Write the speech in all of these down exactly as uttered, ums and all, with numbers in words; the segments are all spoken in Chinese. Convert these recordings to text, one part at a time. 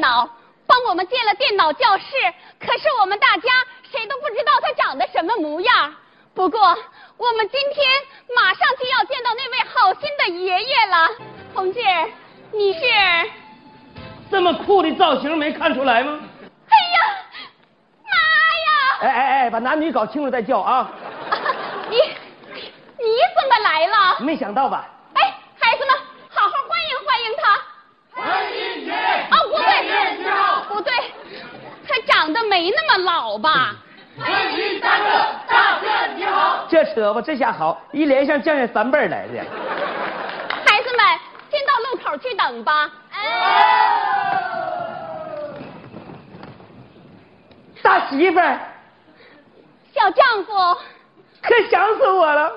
脑，帮我们建了电脑教室，可是我们大家谁都不知道他长得什么模样。不过我们今天马上就要见到那位好心的爷爷了。同志，你是？ 这么酷的造型没看出来吗？ 哎呀，妈呀！ 哎哎哎，把男女搞清楚再叫啊！ 你你怎么来了？ 没想到吧？ 哎，孩子们，好好欢迎欢迎他。 欢迎爷！ 哦，不对，不对，他长得没那么老吧？ 欢迎大哥，大哥你好。 这扯吧，这下好，一连上降下三辈来的。 孩子们，先到路口去等吧。 哎， 大媳妇儿， 小丈夫， 可想死我了。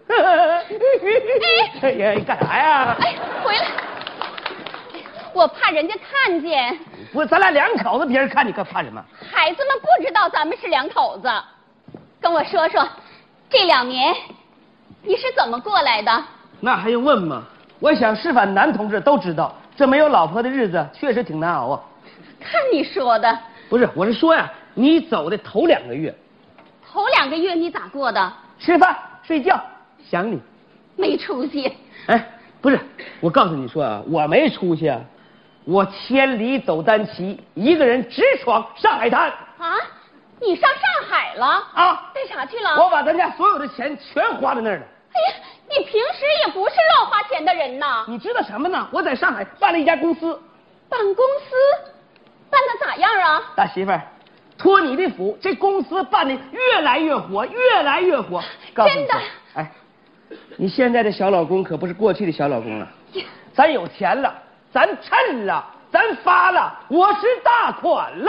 哎呀，你干啥呀？ 哎，回来！我怕人家看见。 不是，咱俩两口子，别人看你可怕什么？ 孩子们不知道咱们是两口子。跟我说说，这两年你是怎么过来的？ 那还用问吗？我想示范男同志都知道，这没有老婆的日子确实挺难熬啊。 看你说的。 不是，我是说呀，你走的头两个月。 头两个月你咋过的？ 吃饭睡觉，想你。 没出息。 哎，不是，我告诉你说啊，我没出息啊，我千里走单骑，一个人直闯上海滩。 啊？你上上海了？ 啊？ 干啥去了？ 我把咱家所有的钱全花在那儿了。 哎呀，你平时也不是乱花钱的人呐。 你知道什么呢？我在上海办了一家公司。 办公司？办的咋样啊？ 大媳妇儿，托你的福，这公司办的越来越火，越来越火。 真的？ 哎，你现在的小老公可不是过去的小老公了，咱有钱了，咱趁了，咱发了，我是大款了。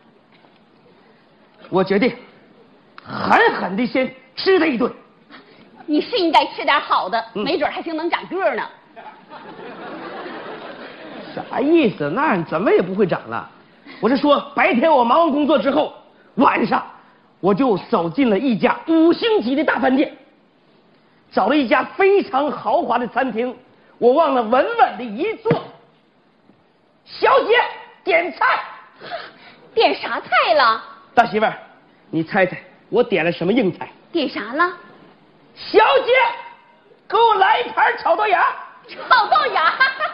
我决定狠狠的先吃他一顿。 你是应该吃点好的， 嗯、 没准还行能长个呢。 啥意思？那怎么也不会长了。我是说，白天我忙完工作之后，晚上我就走进了一家五星级的大饭店，找了一家非常豪华的餐厅，我忘了稳稳的一坐。小姐，点菜。 点啥菜了？ 大媳妇儿，你猜猜我点了什么硬菜？ 点啥了？ 小姐，给我来一盘炒豆芽。 炒豆芽？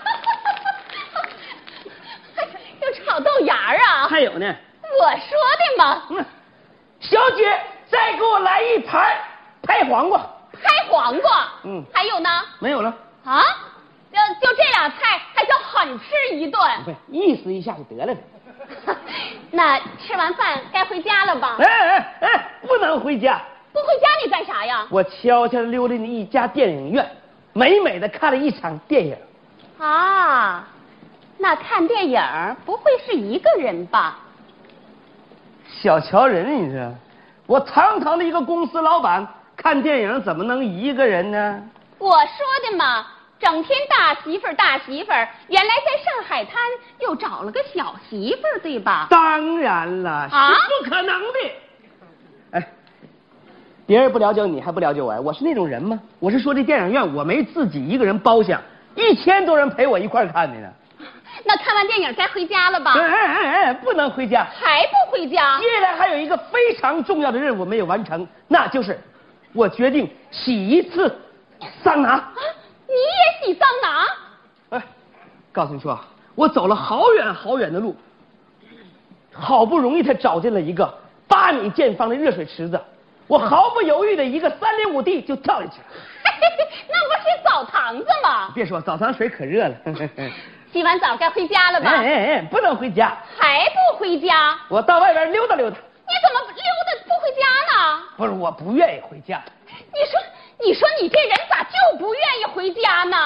有炒豆芽啊？ 还有呢。 我说的嘛。 嗯。小姐，再给我来一盘拍黄瓜。 拍黄瓜？ 嗯。 还有呢？ 没有了。 啊？就就这俩菜，还叫狠吃一顿？ 不，意思一下就得了呗。 那吃完饭该回家了吧？ 哎哎哎，不能回家。 不回家你干啥呀？ 我悄悄溜进一家电影院，美美的看了一场电影。 啊，那看电影不会是一个人吧？ 小瞧人，你说，我堂堂的一个公司老板，看电影怎么能一个人呢？ 我说的嘛。整天大媳妇儿大媳妇儿，原来在上海滩又找了个小媳妇儿，对吧？ 当然了， 啊， 是不可能的。哎，别人不了解你，还不了解我呀？我是那种人吗？我是说这电影院我没自己一个人包厢，一千多人陪我一块看的呢。 那看完电影该回家了吧？ 哎哎哎哎，不能回家， 还不回家？ 接下来还有一个非常重要的任务没有完成，那就是我决定洗一次桑拿。啊， 你也洗桑拿？ 哎，告诉你说，我走了好远好远的路，好不容易才找进了一个八米见方的热水池子，我毫不犹豫的一个三连五地就跳进去了。 那不是澡堂子吗？ 别说，澡堂水可热了。 洗完澡该回家了吧？ 哎哎哎，不能回家。 还不回家？ 我到外边溜达溜达。 你怎么溜达不回家呢？ 不是，我不愿意回家。 你说，你说你这人咋就不愿意回家呢？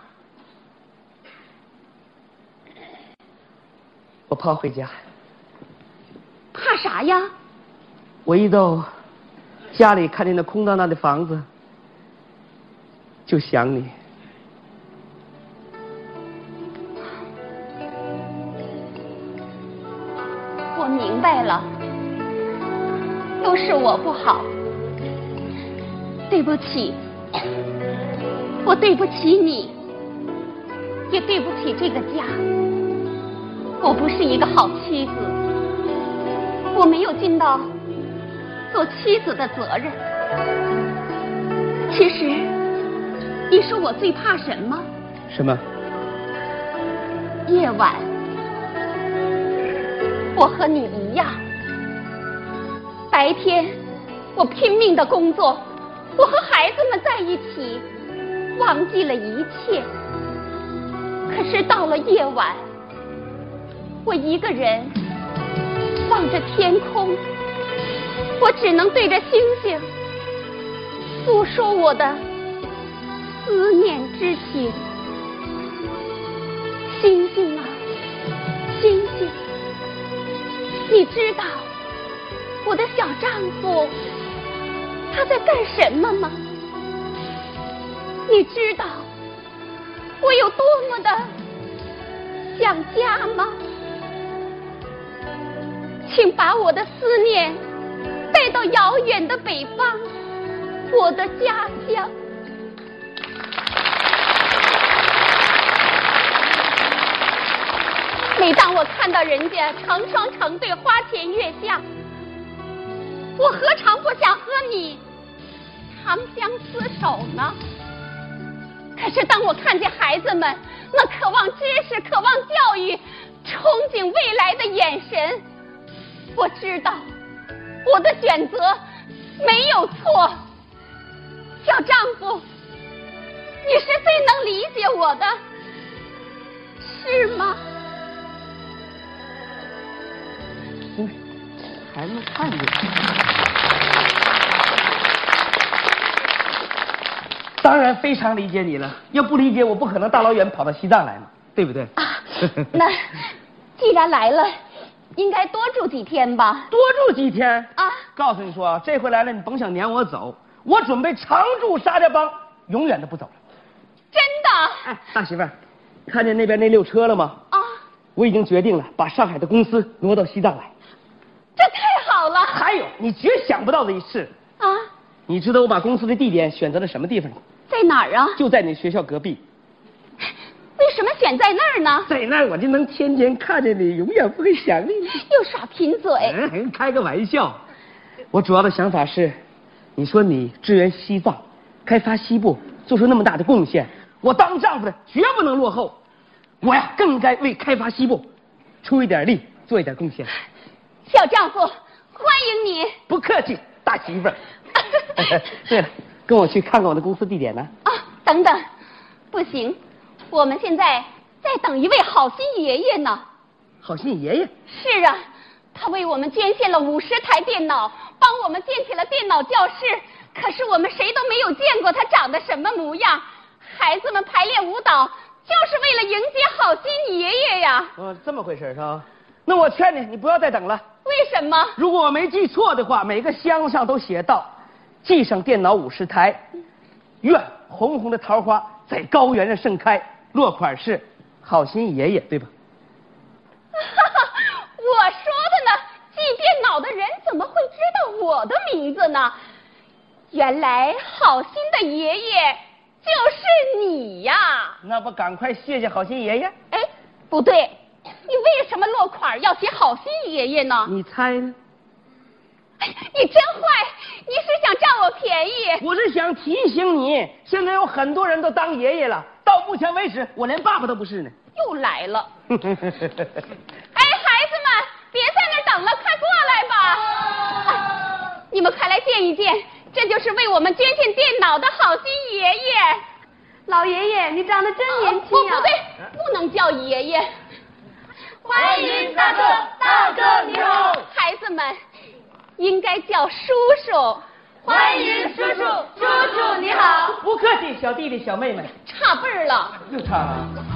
我怕回家。 怕啥呀？ 我一到家里看见那空荡荡的房子，就想你。 我明白了，都是我不好，对不起，我对不起你，也对不起这个家。 我不是一个好妻子，我没有尽到做妻子的责任。其实，你说我最怕什么？ 什么？ 夜晚。我和你一样，白天我拼命的工作，我和孩子们在一起，忘记了一切。可是到了夜晚，我一个人望着天空，我只能对着星星诉说我的思念之情。星星啊，星星，你知道我的小丈夫他在干什么吗？你知道我有多么的想家吗？请把我的思念带到遥远的北方，我的家乡。每当我看到人家成双成对花前月下，我何尝不想和你长相厮守呢？可是当我看见孩子们那渴望知识、渴望教育、憧憬未来的眼神，我知道我的选择没有错。小丈夫，你是最能理解我的，是吗？ 因为孩子们看见，当然非常理解你了。要不理解，我不可能大老远跑到西藏来嘛，对不对？ 啊，那既然来了，应该多住几天吧？ 多住几天啊！ 告诉你说啊，这回来了，你甭想撵我走，我准备常驻沙家浜，永远都不走了。 真的？ 哎，大媳妇儿，看见那边那溜车了吗？ 啊！ 我已经决定了，把上海的公司挪到西藏来。 这太好了！ 还有，你绝想不到的一事啊！ 你知道我把公司的地点选择了什么地方吗？ 在哪儿啊？ 就在你学校隔壁。 为什么选在那儿呢？ 在那儿我就能天天看见你，永远不会想你。 又耍贫嘴。 嗯，开个玩笑。我主要的想法是，你说你支援西藏，开发西部，做出那么大的贡献，我当丈夫的绝不能落后。我呀，更该为开发西部出一点力，做一点贡献。 小丈夫，欢迎你。 不客气，大媳妇儿。对了，跟我去看看我的公司地点呢。 啊，等等，不行，我们现在在等一位好心爷爷呢。 好心爷爷？ 是啊，他为我们捐献了五十台电脑，帮我们建起了电脑教室。可是我们谁都没有见过他长得什么模样。孩子们排练舞蹈，就是为了迎接好心爷爷呀。 哦，这么回事是吧？那我劝你，你不要再等了。 为什么？ 如果我没记错的话，每个箱上都写到，寄上电脑五十台，愿红红的桃花在高原上盛开。落款是好心爷爷，对吧？ 我说的呢，寄电脑的人怎么会知道我的名字呢？原来好心的爷爷就是你呀！ 那不赶快谢谢好心爷爷？ 哎，不对，你为什么落款要写好心爷爷呢？ 你猜呢？ 你真坏，你是想占我便宜？ 我是想提醒你，现在有很多人都当爷爷了，到目前为止，我连爸爸都不是呢。 又来了。哎，孩子们，别在那儿等了，快过来吧！啊，你们快来见一见，这就是为我们捐献电脑的好心爷爷。 老爷爷，你长得真年轻啊！ 不不对，不能叫爷爷。 欢迎大哥，大哥你好。 孩子们应该叫叔叔。 欢迎叔叔，叔叔你好。 不客气，小弟弟小妹妹。 差辈儿了。 又差了。